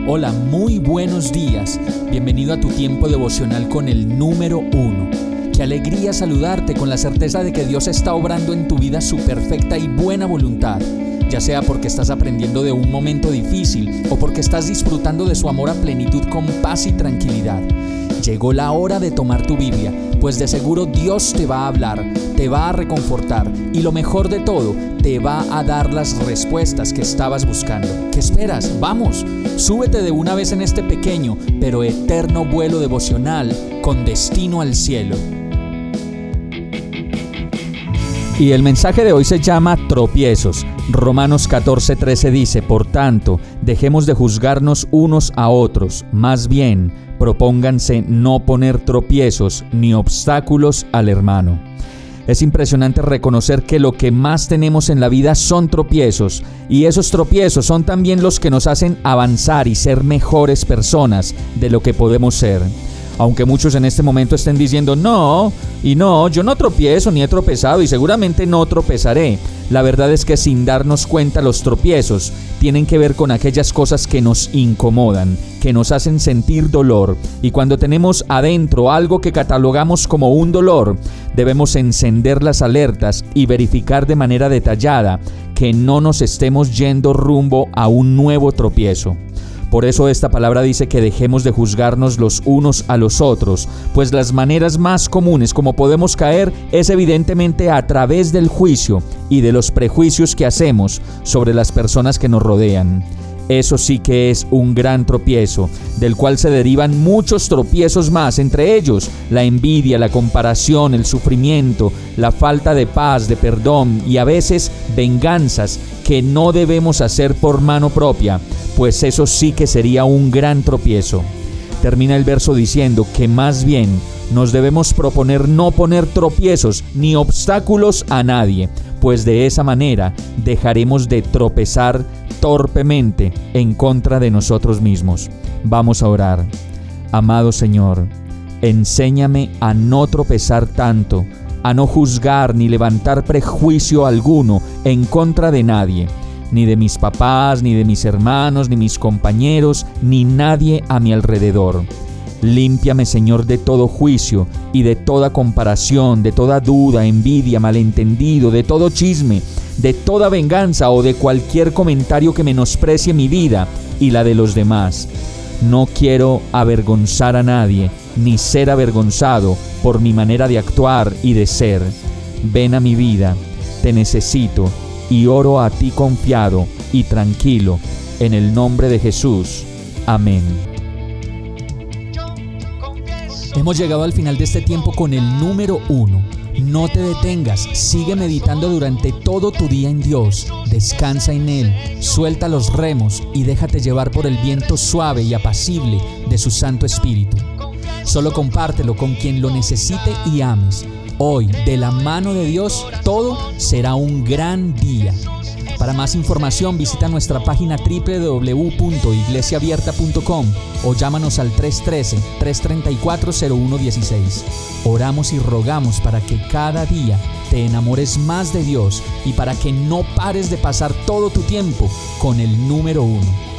Hola, muy buenos días. Bienvenido a tu tiempo devocional con el número 1. Qué alegría saludarte con la certeza de que Dios está obrando en tu vida su perfecta y buena voluntad, ya sea porque estás aprendiendo de un momento difícil o porque estás disfrutando de su amor a plenitud con paz y tranquilidad. Llegó la hora de tomar tu Biblia, pues de seguro Dios te va a hablar, te va a reconfortar y lo mejor de todo, te va a dar las respuestas que estabas buscando. ¿Qué esperas? ¡Vamos! Súbete de una vez en este pequeño pero eterno vuelo devocional con destino al cielo. Y el mensaje de hoy se llama tropiezos. Romanos 14:13 dice: por tanto, dejemos de juzgarnos unos a otros, más bien, propónganse no poner tropiezos ni obstáculos al hermano. Es impresionante reconocer que lo que más tenemos en la vida son tropiezos, y esos tropiezos son también los que nos hacen avanzar y ser mejores personas de lo que podemos ser. Aunque muchos en este momento estén diciendo no, yo no tropiezo ni he tropezado y seguramente no tropezaré. La verdad es que sin darnos cuenta los tropiezos tienen que ver con aquellas cosas que nos incomodan, que nos hacen sentir dolor. Y cuando tenemos adentro algo que catalogamos como un dolor, debemos encender las alertas y verificar de manera detallada que no nos estemos yendo rumbo a un nuevo tropiezo. Por eso esta palabra dice que dejemos de juzgarnos los unos a los otros, pues las maneras más comunes como podemos caer es evidentemente a través del juicio y de los prejuicios que hacemos sobre las personas que nos rodean. Eso sí que es un gran tropiezo, del cual se derivan muchos tropiezos más, entre ellos la envidia, la comparación, el sufrimiento, la falta de paz, de perdón y a veces venganzas que no debemos hacer por mano propia, pues eso sí que sería un gran tropiezo. Termina el verso diciendo que más bien nos debemos proponer no poner tropiezos ni obstáculos a nadie, pues de esa manera dejaremos de tropezar torpemente en contra de nosotros mismos. Vamos a orar. Amado Señor, enséñame a no tropezar tanto, a no juzgar ni levantar prejuicio alguno en contra de nadie, ni de mis papás, ni de mis hermanos, ni mis compañeros, ni nadie a mi alrededor. Límpiame, Señor, de todo juicio y de toda comparación, de toda duda, envidia, malentendido, de todo chisme, de toda venganza o de cualquier comentario que menosprecie mi vida y la de los demás. No quiero avergonzar a nadie, ni ser avergonzado por mi manera de actuar y de ser. Ven a mi vida, te necesito y oro a ti confiado y tranquilo, en el nombre de Jesús. Amén. Hemos llegado al final de este tiempo con el número 1. No te detengas, sigue meditando durante todo tu día en Dios, descansa en Él, suelta los remos y déjate llevar por el viento suave y apacible de su Santo Espíritu. Solo compártelo con quien lo necesite y ames. Hoy, de la mano de Dios, todo será un gran día. Para más información, visita nuestra página www.iglesiaabierta.com o llámanos al 313-334-0116. Oramos y rogamos para que cada día te enamores más de Dios y para que no pares de pasar todo tu tiempo con el número 1.